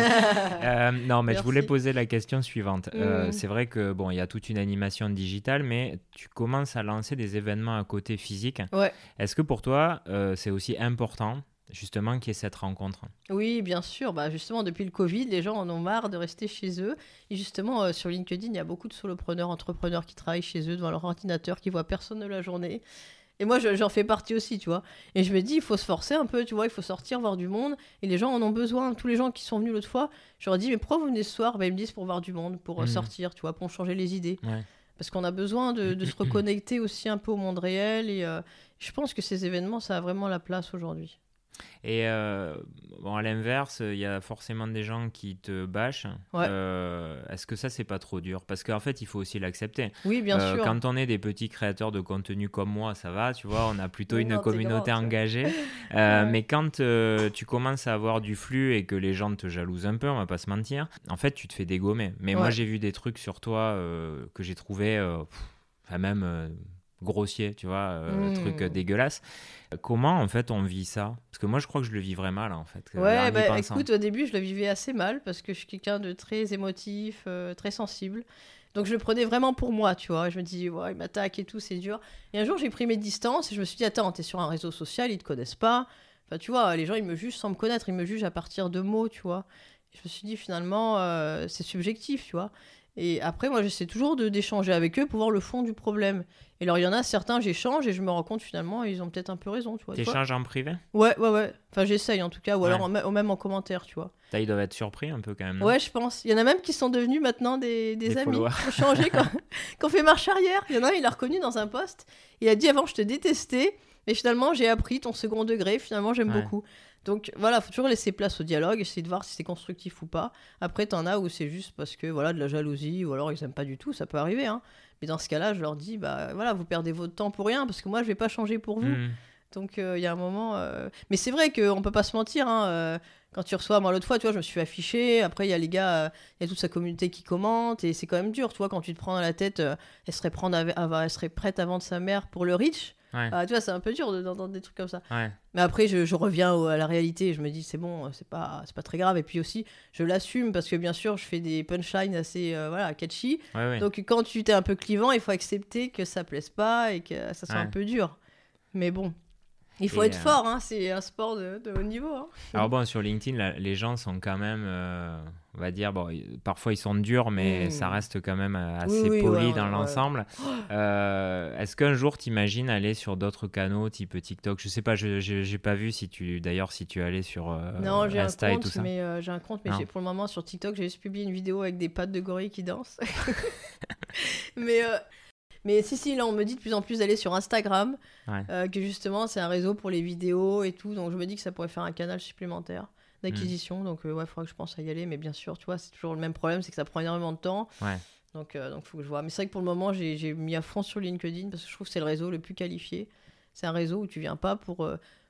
Euh, non, mais je voulais Merci. poser la question suivante. Euh, Mm. c'est vrai que bon, il y a toute une animation digitale, mais tu commences à lancer des événements à côté physique. Ouais. Est-ce que pour toi, euh, c'est aussi important justement qu'il y ait cette rencontre? Oui, bien sûr. Bah, justement, depuis le Covid, les gens en ont marre de rester chez eux. Et justement, euh, sur LinkedIn, il y a beaucoup de solopreneurs, entrepreneurs qui travaillent chez eux devant leur ordinateur, qui voient personne de la journée. Et moi, je- j'en fais partie aussi, tu vois. Et je me dis, il faut se forcer un peu, tu vois, il faut sortir, voir du monde. Et les gens en ont besoin. Tous les gens qui sont venus l'autre fois, je leur dis, mais pourquoi vous venez ce soir? Bah, ils me disent pour voir du monde, pour euh, Hmm, sortir, tu vois, pour changer les idées. ouais. Parce qu'on a besoin de, de se reconnecter aussi un peu au monde réel. Et euh, je pense que ces événements, ça a vraiment la place aujourd'hui. Et euh, bon, à l'inverse, il y a forcément des gens qui te bâchent. Ouais. Euh, est-ce que ça, c'est pas trop dur? Parce qu'en fait, il faut aussi l'accepter. Oui, bien Euh, sûr. quand on est des petits créateurs de contenu comme moi, ça va, tu vois, on a plutôt Mais une non, t'es communauté grand, toi. engagée. Euh, Ouais. mais quand euh, tu commences à avoir du flux et que les gens te jalousent un peu, on va pas se mentir, en fait, tu te fais dégommer. Mais moi, Ouais. j'ai vu des trucs sur toi euh, que j'ai trouvé, euh, pff, enfin même euh, grossier, tu vois, euh, truc Hmm. dégueulasse. Comment en fait on vit ça? Parce que moi, je crois que je le vivrais mal en fait, euh, là, en Ouais, y bah pensant. écoute, au début, je le vivais assez mal parce que je suis quelqu'un de très émotif, euh, très sensible. Donc je le prenais vraiment pour moi, tu vois. Je me dis, ouais, il m'attaque et tout, c'est dur. Et un jour, j'ai pris mes distances et je me suis dit, attends, t'es sur un réseau social, ils te connaissent pas. Enfin, tu vois, les gens, ils me jugent sans me connaître, ils me jugent à partir de mots, tu vois. Et je me suis dit, finalement, euh, c'est subjectif, tu vois. Et après, moi, j'essaie toujours de d'échanger avec eux pour voir le fond du problème. Et alors, il y en a certains, j'échange et je me rends compte, finalement, ils ont peut-être un peu raison, tu vois. Toi. T'échanges en privé? Ouais, ouais, ouais. Enfin, j'essaye en tout cas, ou alors Ouais. en ma- ou même en commentaire, tu vois. Là, ils doivent être surpris un peu quand même, non? Ouais, je pense. Il y en a même qui sont devenus maintenant des, des Des amis, followers. qui ont changé, quand... qui ont fait marche arrière. Il y en a un, il l'a reconnu dans un post. Il a dit avant, je te détestais, mais finalement, j'ai appris ton second degré. Finalement, j'aime Ouais. beaucoup. Donc voilà, faut toujours laisser place au dialogue, essayer de voir si c'est constructif ou pas. Après, t'en as où c'est juste parce que voilà, de la jalousie, ou alors ils aiment pas du tout, ça peut arriver, hein. Mais dans ce cas-là, je leur dis, bah voilà, vous perdez votre temps pour rien, parce que moi, je vais pas changer pour vous. Hmm. Donc il euh, y a un moment. euh, Mais c'est vrai qu'on peut pas se mentir. Hein, euh, quand tu reçois, moi l'autre fois, tu vois, je me suis affiché. Après, il y a les gars, il y a toute sa communauté qui commente. Et c'est quand même dur, tu vois, quand tu te prends dans la tête, euh, elle, serait prendre ave- ava- elle serait prête à vendre sa mère pour le riche. Ouais. Ah, tu vois, c'est un peu dur de- d'entendre des trucs comme ça. Ouais. Mais après, je, je reviens au- à la réalité. Je me dis, c'est bon, c'est pas, c'est pas très grave. Et puis aussi, je l'assume parce que bien sûr, je fais des punchlines assez euh, voilà, catchy. Ouais, ouais. Donc quand tu t'es un peu clivant, il faut accepter que ça plaise pas et que ça soit Ouais. un peu dur. Mais bon. Il faut Et, être euh, fort, hein, c'est un sport de, de haut niveau. Hein. Alors bon, sur LinkedIn, là, les gens sont quand même, euh, on va dire, bon, y- parfois ils sont durs, mais Mm. ça reste quand même euh, Oui, assez oui, poli ouais, dans ouais. l'ensemble. Euh, est-ce qu'un jour t'imagines aller sur d'autres canaux type TikTok? Je sais pas, je je- j'ai pas vu si tu, d'ailleurs, si tu allais sur euh, Non, j'ai un Insta et tout compte, ça. mais euh, j'ai un compte, mais Non. j'ai pour le moment sur TikTok, j'ai juste publié une vidéo avec des pattes de gorille qui dansent. mais euh, mais si si, là on me dit de plus en plus d'aller sur Instagram, Ouais. euh, que justement c'est un réseau pour les vidéos et tout, donc je me dis que ça pourrait faire un canal supplémentaire d'acquisition. Donc euh, ouais, il faudra que je pense à y aller, mais bien sûr, tu vois, c'est toujours le même problème, c'est que ça prend énormément de temps. Ouais. Donc euh, donc faut que je vois. Mais c'est vrai que pour le moment, j'ai j'ai mis à fond sur LinkedIn parce que je trouve que c'est le réseau le plus qualifié. C'est un réseau où tu viens pas pour euh,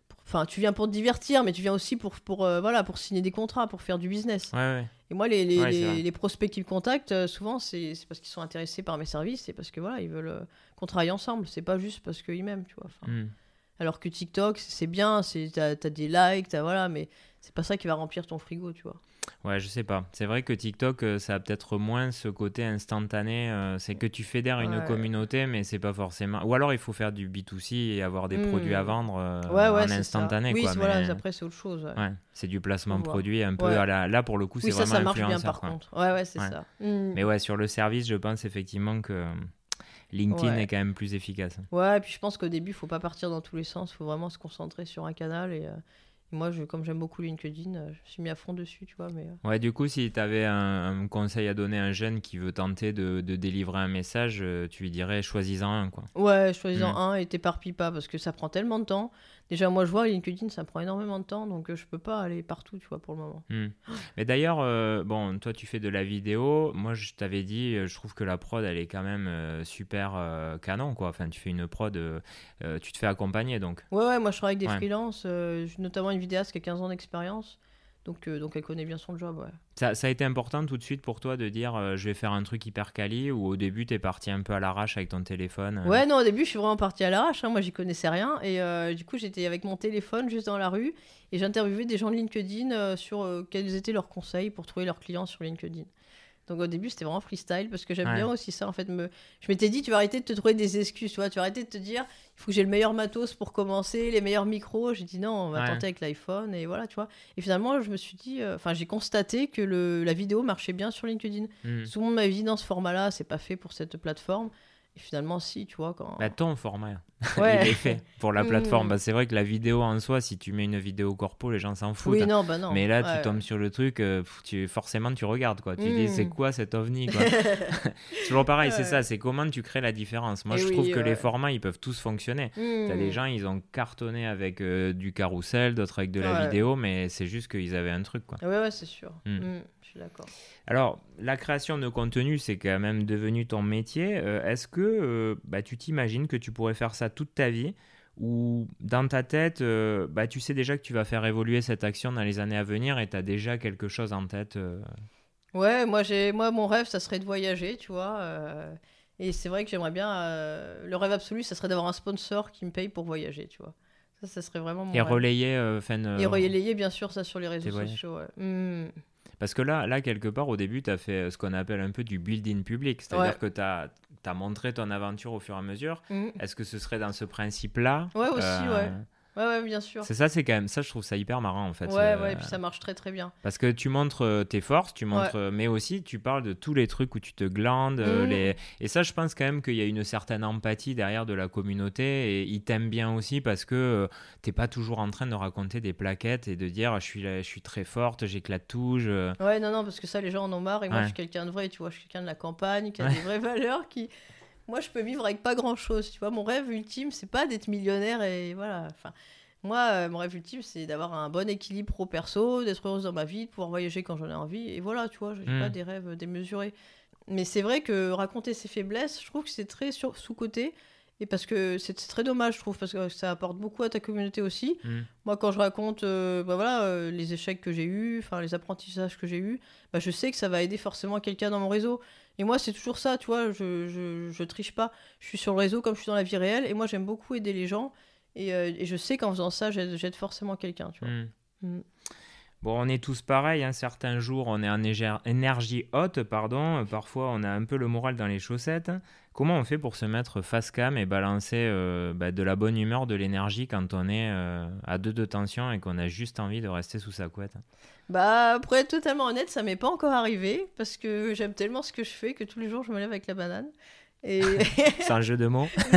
Enfin, tu viens pour te divertir, mais tu viens aussi pour, pour, euh, voilà, pour signer des contrats, pour faire du business. Ouais, ouais. Et moi, les, les, Ouais, c'est les, vrai. les prospects qui me contactent, euh, souvent, c'est c'est parce qu'ils sont intéressés par mes services, c'est parce que voilà, ils veulent euh, qu'on travaille ensemble. C'est pas juste parce qu'ils m'aiment, tu vois. Enfin, Hmm. alors que TikTok, c'est c'est bien, c'est- t'as t'as des likes, t'as, voilà, mais c'est pas ça qui va remplir ton frigo, tu vois. Ouais, je sais pas. C'est vrai que TikTok, euh, ça a peut-être moins ce côté instantané. euh, c'est que tu fédères une Ouais. communauté, mais c'est pas forcément. Ou alors il faut faire du B deux C et avoir des produits à Hmm. vendre euh, Ouais, ouais, en c'est ça. instantané, Oui, quoi. c'est- Mais voilà, après, c'est autre chose. Ouais. ouais, c'est du placement Faut voir. produit un peu Ouais. à la. Là, pour le coup, c'est Oui, ça, vraiment ça marche bien influenceur, par quoi. contre. Ouais, ouais, c'est Ouais. ça. Hmm. Mais ouais, sur le service, je pense effectivement que euh, LinkedIn Ouais. est quand même plus efficace. Ouais, et puis je pense qu'au début, il faut pas partir dans tous les sens, il faut vraiment se concentrer sur un canal. Et, euh, et moi, je, comme j'aime beaucoup LinkedIn, euh, je me suis mis à fond dessus, tu vois. Mais, euh, Ouais, du coup, si tu avais un, un conseil à donner à un jeune qui veut tenter de, de délivrer un message, euh, tu lui dirais choisis-en un, quoi. Ouais, choisis-en Mm. un et t'éparpilles pas parce que ça prend tellement de temps. Déjà, moi, je vois LinkedIn, ça prend énormément de temps, donc euh, je peux pas aller partout, tu vois, pour le moment. Hmm. Mais d'ailleurs, euh, bon, toi tu fais de la vidéo. Moi, je t'avais dit, euh, je trouve que la prod, elle est quand même euh, super euh, canon, quoi. Enfin, tu fais une prod, euh, euh, tu te fais accompagner, donc. Ouais, ouais, moi, je travaille avec des Ouais. freelances, euh, j- notamment une vidéaste qui a quinze ans d'expérience, donc, euh, donc elle connaît bien son job, ouais. Ça, ça a été important tout de suite pour toi de dire, euh, je vais faire un truc hyper quali, ou au début, t'es parti un peu à l'arrache avec ton téléphone. euh. Ouais, non, au début, je suis vraiment partie à l'arrache. Hein. Moi, j'y connaissais rien. Et euh, du coup, j'étais avec mon téléphone juste dans la rue et j'interviewais des gens de LinkedIn euh, sur euh, quels étaient leurs conseils pour trouver leurs clients sur LinkedIn. Donc au début, c'était vraiment freestyle parce que j'aime Ouais. bien aussi ça. En fait, me... je m'étais dit, tu vas arrêter de te trouver des excuses. Tu vois, tu vas arrêter de te dire, il faut que j'ai le meilleur matos pour commencer, les meilleurs micros. J'ai dit non, on va Ouais. tenter avec l'iPhone. Et voilà, tu vois. Et finalement, je me suis dit, euh, enfin, j'ai constaté que le... la vidéo marchait bien sur LinkedIn. Hmm. Tout le monde m'avait dit, dans ce format-là, c'est pas fait pour cette plateforme. Et finalement, si, tu vois, quand. Bah, ton format, Ouais. il est fait pour la Mm. plateforme. Bah, c'est vrai que la vidéo en soi, si tu mets une vidéo corpo, les gens s'en foutent. Oui, non, bah non. Mais là, tu Ouais. tombes sur le truc, euh, pff, tu, forcément, tu regardes, quoi. Tu Mm. dis, c'est quoi cet ovni, quoi. C'est toujours pareil, c'est Ouais. ça, c'est comment tu crées la différence. Moi, Et je oui, trouve que ouais. les formats, ils peuvent tous fonctionner. Mm. T'as des gens, ils ont cartonné avec euh, du carrousel, d'autres avec de la Ouais. vidéo, mais c'est juste qu'ils avaient un truc, quoi. Ouais, ouais, c'est sûr. Mm. Mm, je suis d'accord. Alors, la création de contenu, c'est quand même devenu ton métier. Euh, est-ce que euh, bah, tu t'imagines que tu pourrais faire ça toute ta vie ou dans ta tête, euh, bah, tu sais déjà que tu vas faire évoluer cette action dans les années à venir et tu as déjà quelque chose en tête euh, Ouais, moi, j'ai, moi, mon rêve, ça serait de voyager, tu vois. euh, Et c'est vrai que j'aimerais bien. euh, Le rêve absolu, ça serait d'avoir un sponsor qui me paye pour voyager, tu vois. Ça, ça serait vraiment mon et rêve. relayer euh, enfin, euh, Et relayer, bien sûr, ça sur les réseaux tes voyages. sociaux. Ouais. Mm. Parce que là, là, quelque part, au début, tu as fait ce qu'on appelle un peu du build-in public. C'est-à-dire Ouais. que tu as montré ton aventure au fur et à mesure. Mm. Est-ce que ce serait dans ce principe-là Ouais, aussi, Euh, ouais. Ouais, ouais, bien sûr. C'est ça, c'est quand même ça, je trouve ça hyper marrant en fait. Ouais, euh, ouais, et puis ça marche très, très bien. Parce que tu montres euh, tes forces, tu montres, euh, mais aussi tu parles de tous les trucs où tu te glandes. euh, Mm. les... Et ça, je pense quand même qu'il y a une certaine empathie derrière de la communauté et ils t'aiment bien aussi parce que euh, t'es pas toujours en train de raconter des plaquettes et de dire je suis, là- je suis très forte, j'éclate tout. Je... Ouais, non, non, parce que ça, les gens en ont marre. Et moi, Ouais. je suis quelqu'un de vrai, tu vois. Je suis quelqu'un de la campagne, qui a Ouais. des vraies valeurs, qui. Moi, je peux vivre avec pas grand-chose, tu vois. Mon rêve ultime, c'est pas d'être millionnaire et voilà. Enfin, moi, euh, mon rêve ultime, c'est d'avoir un bon équilibre pro-perso, d'être heureuse dans ma vie, de pouvoir voyager quand j'en ai envie. Et voilà, tu vois, j'ai Mm. pas des rêves démesurés. Mais c'est vrai que raconter ses faiblesses, je trouve que c'est très sur- sous-coté. Et parce que c'est c'est très dommage, je trouve, parce que ça apporte beaucoup à ta communauté aussi. Mm. Moi, quand je raconte euh, bah voilà, euh, les échecs que j'ai eus, enfin les apprentissages que j'ai eus, bah, je sais que ça va aider forcément quelqu'un dans mon réseau. Et moi, c'est toujours ça, tu vois, je, je, je triche pas. Je suis sur le réseau comme je suis dans la vie réelle, et moi, j'aime beaucoup aider les gens. Et, euh, et je sais qu'en faisant ça, j'aide, j'aide forcément quelqu'un, tu vois. Mm. Mm. Bon, on est tous pareils. Hein. Certains jours, on est en éger- énergie haute, pardon. Euh, Parfois, on a un peu le moral dans les chaussettes. Comment on fait pour se mettre face cam et balancer euh, bah, de la bonne humeur, de l'énergie quand on est euh, à deux de tension et qu'on a juste envie de rester sous sa couette? Bah, pour être totalement honnête, ça m'est pas encore arrivé, parce que j'aime tellement ce que je fais que tous les jours, je me lève avec la banane. Et... Sans jeu de mots. Non.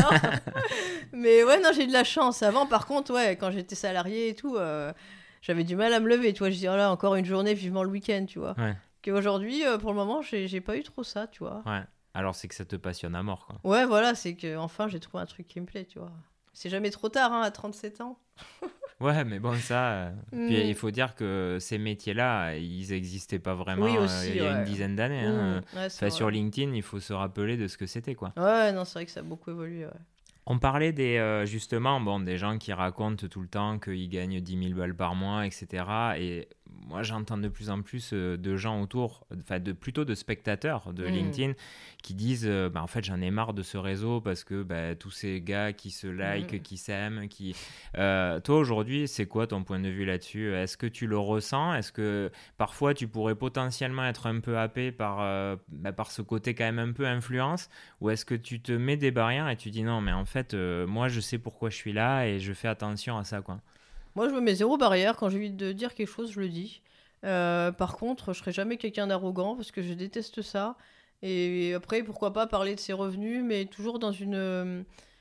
Mais ouais, non, j'ai de la chance. Avant, par contre, ouais, quand j'étais salarié et tout, euh, j'avais du mal à me lever. Tu vois, je dis, oh là, encore une journée, vivement le week-end, tu vois. Ouais. Qu'aujourd'hui, euh, pour le moment, j'ai, j'ai pas eu trop ça, tu vois. Ouais. Alors, c'est que ça te passionne à mort, quoi. Ouais, voilà, c'est que enfin, j'ai trouvé un truc qui me plaît, tu vois. C'est jamais trop tard, hein, à trente-sept ans. Ouais, mais bon, ça. euh, Mm. Puis il faut dire que ces métiers-là, ils n'existaient pas vraiment Oui, euh, aussi, il y a ouais. une dizaine d'années. hein. Mm. Ouais, c'est Enfin, sur vrai. LinkedIn, il faut se rappeler de ce que c'était, quoi. Ouais, non, c'est vrai que ça a beaucoup évolué, ouais. On parlait des, euh, justement bon, des gens qui racontent tout le temps qu'ils gagnent dix mille balles par mois, et cetera. Et moi, j'entends de plus en plus euh, de gens autour, enfin de, plutôt de spectateurs de Mmh. LinkedIn qui disent euh, bah, en fait, j'en ai marre de ce réseau parce que bah, tous ces gars qui se like, Mmh. qui s'aiment, qui... Euh, toi, aujourd'hui, c'est quoi ton point de vue là-dessus? Est-ce que tu le ressens? Est-ce que parfois, tu pourrais potentiellement être un peu happé par, euh, bah, par ce côté quand même un peu influence? Ou est-ce que tu te mets des barrières et tu dis non, mais en fait, euh, moi, je sais pourquoi je suis là et je fais attention à ça, quoi. Moi, je me mets zéro barrière. Quand j'ai envie de dire quelque chose, je le dis. Euh, par contre, je serai jamais quelqu'un d'arrogant parce que je déteste ça. Et après, pourquoi pas parler de ses revenus, mais toujours dans une. euh,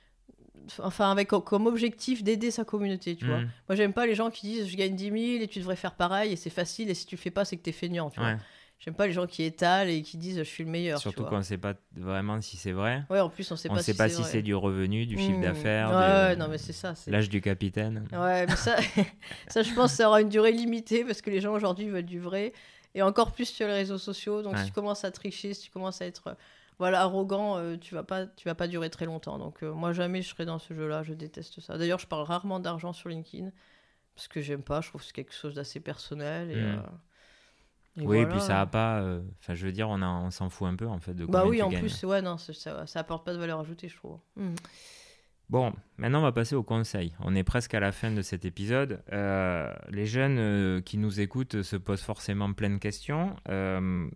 Enfin, avec co- comme objectif d'aider sa communauté, tu vois. Mhm. Moi, j'aime pas les gens qui disent je gagne dix mille et tu devrais faire pareil et c'est facile et si tu le fais pas, c'est que t'es feignant, tu vois. Ouais. J'aime pas les gens qui étalent et qui disent je suis le meilleur, tu Surtout vois. quand on ne sait pas vraiment si c'est vrai. Ouais, en plus, on sait On pas ne sait si pas c'est si vrai. c'est du revenu, du chiffre Mmh. d'affaires, Ouais, de ouais, non, mais c'est ça. C'est... l'âge du capitaine. Ouais, mais ça, ça, je pense que ça aura une durée limitée parce que les gens aujourd'hui veulent du vrai. Et encore plus sur les réseaux sociaux. Donc, Ouais. si tu commences à tricher, si tu commences à être euh, voilà, arrogant, euh, tu vas pas, tu vas pas durer très longtemps. Donc, euh, moi, jamais je serai dans ce jeu-là. Je déteste ça. D'ailleurs, je parle rarement d'argent sur LinkedIn parce que j'aime pas. Je trouve que c'est quelque chose d'assez personnel. Et, Mm. euh, et Oui, voilà. et puis ça a pas. Enfin, euh, je veux dire, on, a, on s'en fout un peu en fait de combien Bah oui, tu en gagnes. plus, ouais, non, ça, ça, ça apporte pas de valeur ajoutée, je trouve. Mm. Bon, maintenant on va passer au conseil. On est presque à la fin de cet épisode. Euh, les jeunes euh, qui nous écoutent se posent forcément plein de questions. Euh,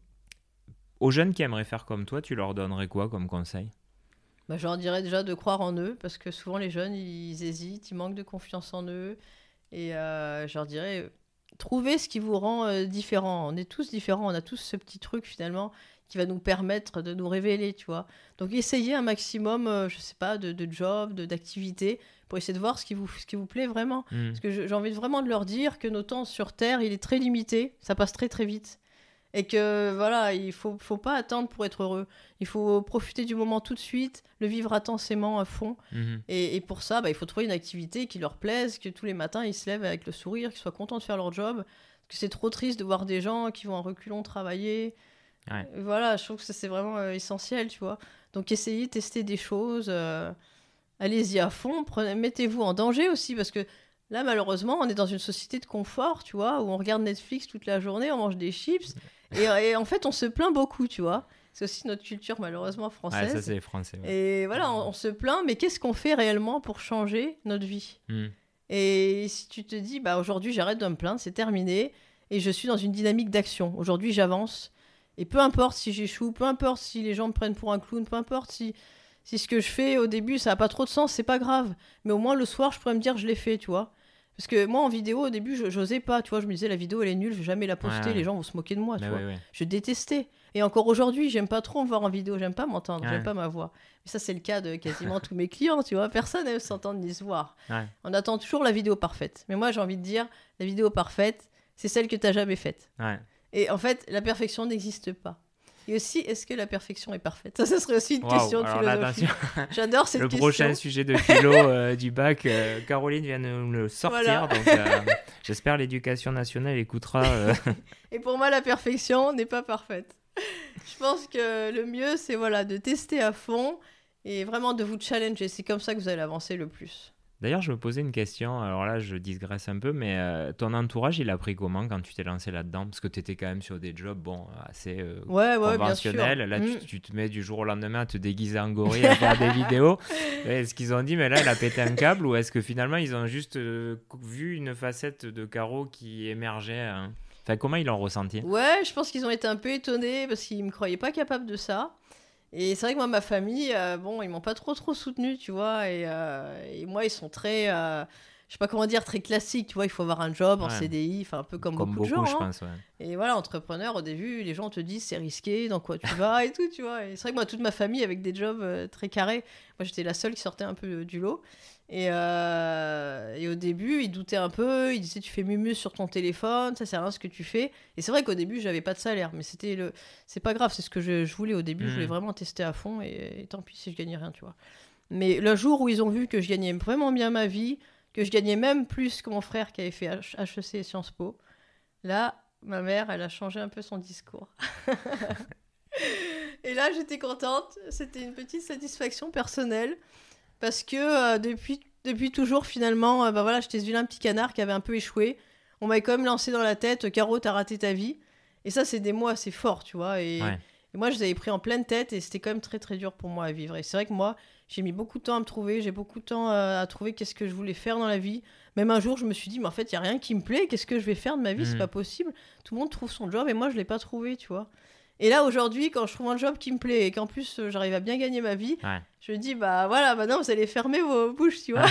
aux jeunes qui aimeraient faire comme toi, tu leur donnerais quoi comme conseil? Bah, je leur dirais déjà de croire en eux, parce que souvent les jeunes, ils hésitent, ils manquent de confiance en eux. Et euh, je leur dirais, euh, trouvez ce qui vous rend euh, différent. On est tous différents, on a tous ce petit truc finalement qui va nous permettre de nous révéler, tu vois. Donc essayez un maximum, euh, je sais pas, de, de jobs, de, d'activités, pour essayer de voir ce qui vous, ce qui vous plaît vraiment. Mm. Parce que je- j'ai envie de vraiment de leur dire que notre temps sur Terre, il est très limité, ça passe très très vite. Et que voilà, il faut, faut pas attendre pour être heureux. Il faut profiter du moment tout de suite, le vivre intensément à fond. Mhm. Et, et pour ça, bah, il faut trouver une activité qui leur plaise, que tous les matins ils se lèvent avec le sourire, qu'ils soient contents de faire leur job. Parce que c'est trop triste de voir des gens qui vont en reculons travailler. Ouais. Euh, Voilà, je trouve que ça, c'est vraiment euh, essentiel, tu vois. Donc essayez, testez des choses, euh, allez-y à fond, prenez, mettez-vous en danger aussi, parce que là, malheureusement, on est dans une société de confort, tu vois, où on regarde Netflix toute la journée, on mange des chips, et, et en fait, on se plaint beaucoup, tu vois. C'est aussi notre culture, malheureusement, Ouais, française. ça c'est les Français. Ouais. Et voilà, on, on se plaint, mais qu'est-ce qu'on fait réellement pour changer notre vie? Mm. Et si tu te dis, bah aujourd'hui j'arrête de me plaindre, c'est terminé, et je suis dans une dynamique d'action. Aujourd'hui j'avance, et peu importe si j'échoue, peu importe si les gens me prennent pour un clown, peu importe si, si ce que je fais au début ça n'a pas trop de sens, c'est pas grave. Mais au moins le soir je pourrais me dire je l'ai fait, tu vois. Parce que moi en vidéo au début je- j'osais pas, tu vois, je me disais la vidéo elle est nulle, je vais jamais la poster, Ouais, ouais. les gens vont se moquer de moi, tu Mais vois. ouais, ouais. Je détestais. Et encore aujourd'hui, j'aime pas trop me voir en vidéo, j'aime pas m'entendre, Ouais. j'aime pas ma voix. Mais ça, c'est le cas de quasiment tous mes clients, tu vois. Personne n'aime s'entendre ni se voir. Ouais. On attend toujours la vidéo parfaite. Mais moi, j'ai envie de dire, la vidéo parfaite, c'est celle que t'as jamais faite. Ouais. Et en fait, la perfection n'existe pas. Et aussi, est-ce que la perfection est parfaite? Ça, ça serait aussi une Waouh, question de alors là, philosophie. attention. J'adore cette Le question. prochain sujet de philo euh, du bac, euh, Caroline vient de nous le sortir. Voilà. Donc, euh, j'espère l'éducation nationale écoutera. euh, Et pour moi, la perfection n'est pas parfaite. Je pense que le mieux, c'est voilà, de tester à fond et vraiment de vous challenger. C'est comme ça que vous allez avancer le plus. D'ailleurs, je me posais une question. Alors là, je digresse un peu, mais euh, ton entourage, il a pris comment quand tu t'es lancé là-dedans? Parce que tu étais quand même sur des jobs bon, assez euh, Ouais, ouais, bien sûr. conventionnels. Là, tu, Mm. tu te mets du jour au lendemain à te déguiser en gorille, à faire des vidéos. Et est-ce qu'ils ont dit, mais là, elle a pété un câble? Ou est-ce que finalement, ils ont juste euh, vu une facette de Caro qui émergeait hein? Enfin, comment ils l'ont ressenti? Ouais, je pense qu'ils ont été un peu étonnés parce qu'ils me croyaient pas capable de ça. Et c'est vrai que moi, ma famille, euh, bon, ils m'ont pas trop trop soutenu, tu vois. Et, euh, et moi, ils sont très, euh, je sais pas comment dire, très classiques, tu vois. Il faut avoir un job en Ouais. C D I, enfin un peu comme, Comme beaucoup, beaucoup, de je gens. hein. pense. Ouais. Et voilà, entrepreneur, au début, les gens te disent c'est risqué, dans quoi tu vas et tout, tu vois. Et c'est vrai que moi, toute ma famille avec des jobs euh, très carrés, moi j'étais la seule qui sortait un peu euh, du lot. Et, euh, et au début, ils doutaient un peu, ils disaient tu fais mumu sur ton téléphone, ça sert à rien ce que tu fais. Et c'est vrai qu'au début, j'avais pas de salaire, mais c'était le, c'est pas grave, c'est ce que je, je voulais au début, je voulais Mhm. vraiment tester à fond et, et tant pis si je gagnais rien, tu vois. Mais le jour où ils ont vu que je gagnais vraiment bien ma vie, que je gagnais même plus que mon frère qui avait fait H- HEC et Sciences Po, là, ma mère, elle a changé un peu son discours. Et là, j'étais contente. C'était une petite satisfaction personnelle. Parce que euh, depuis, depuis toujours, finalement, euh, bah voilà, j'étais ce vilain petit canard qui avait un peu échoué. On m'avait quand même lancé dans la tête, euh, Caro, t'as raté ta vie. Et ça, c'est des mots assez forts, tu vois. Et, Ouais. et moi, je les avais pris en pleine tête et c'était quand même très, très dur pour moi à vivre. Et c'est vrai que moi, j'ai mis beaucoup de temps à me trouver. J'ai beaucoup de temps euh, à trouver qu'est-ce que je voulais faire dans la vie. Même un jour, je me suis dit, mais en fait, il n'y a rien qui me plaît. Qu'est-ce que je vais faire de ma vie ? Mhm. C'est pas possible. Tout le monde trouve son job et moi, je l'ai pas trouvé, tu vois. Et là, aujourd'hui, quand je trouve un job qui me plaît et qu'en plus, euh, j'arrive à bien gagner ma vie, Ouais. je me dis, bah voilà, maintenant, vous allez fermer vos bouches, tu vois.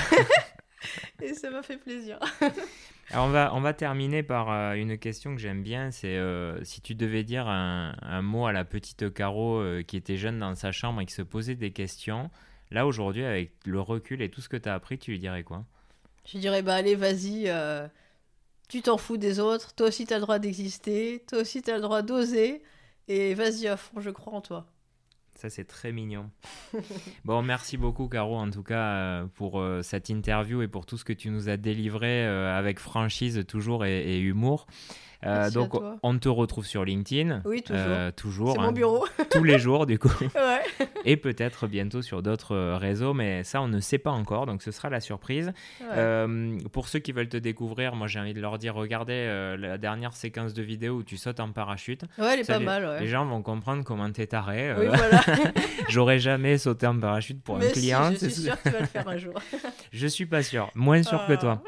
Et ça m'a fait plaisir. Alors on va, on va terminer par euh, une question que j'aime bien, c'est euh, si tu devais dire un, un mot à la petite Caro euh, qui était jeune dans sa chambre et qui se posait des questions, là aujourd'hui avec le recul et tout ce que tu as appris, tu lui dirais quoi ? Je dirais, bah allez, vas-y, euh, tu t'en fous des autres, toi aussi t'as le droit d'exister, toi aussi t'as le droit d'oser, et vas-y à fond, je crois en toi. Ça, c'est très mignon. Bon, merci beaucoup, Caro, en tout cas, euh, pour euh, cette interview et pour tout ce que tu nous as délivré euh, avec franchise toujours et, et humour. Euh, Merci donc, à toi. on te retrouve sur LinkedIn. Oui, toujours. Euh, toujours. C'est hein, mon bureau. tous les jours, du coup. Ouais. Et peut-être bientôt sur d'autres euh, réseaux, mais ça, on ne sait pas encore, donc ce sera la surprise. Ouais. Euh, pour ceux qui veulent te découvrir, moi, j'ai envie de leur dire, regardez euh, la dernière séquence de vidéo où tu sautes en parachute. Ouais, elle est Ça, pas les, mal, ouais. les gens vont comprendre comment t'es taré. euh, Oui, voilà. J'aurais jamais sauté en parachute pour Mais un client. si, je c'est suis sûr. sûre que tu vas le faire un jour. Je suis pas sûr, moins sûr que toi.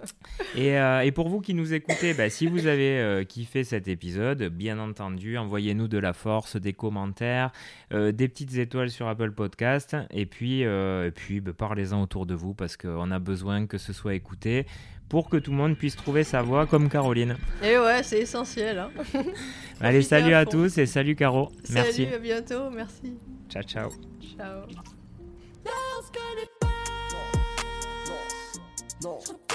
Et, euh, et pour vous qui nous écoutez, bah, si vous avez euh, kiffé cet épisode, bien entendu, envoyez-nous de la force, des commentaires, euh, des petites étoiles sur Apple Podcast, et puis, euh, et puis bah, parlez-en autour de vous parce qu'on a besoin que ce soit écouté pour que tout le monde puisse trouver sa voix comme Caroline. Et ouais, c'est essentiel. Hein. Allez, Profitez salut à à fond. tous et salut Caro. Merci. Salut, à bientôt, merci. Ciao, ciao. Ciao. Non, non, non.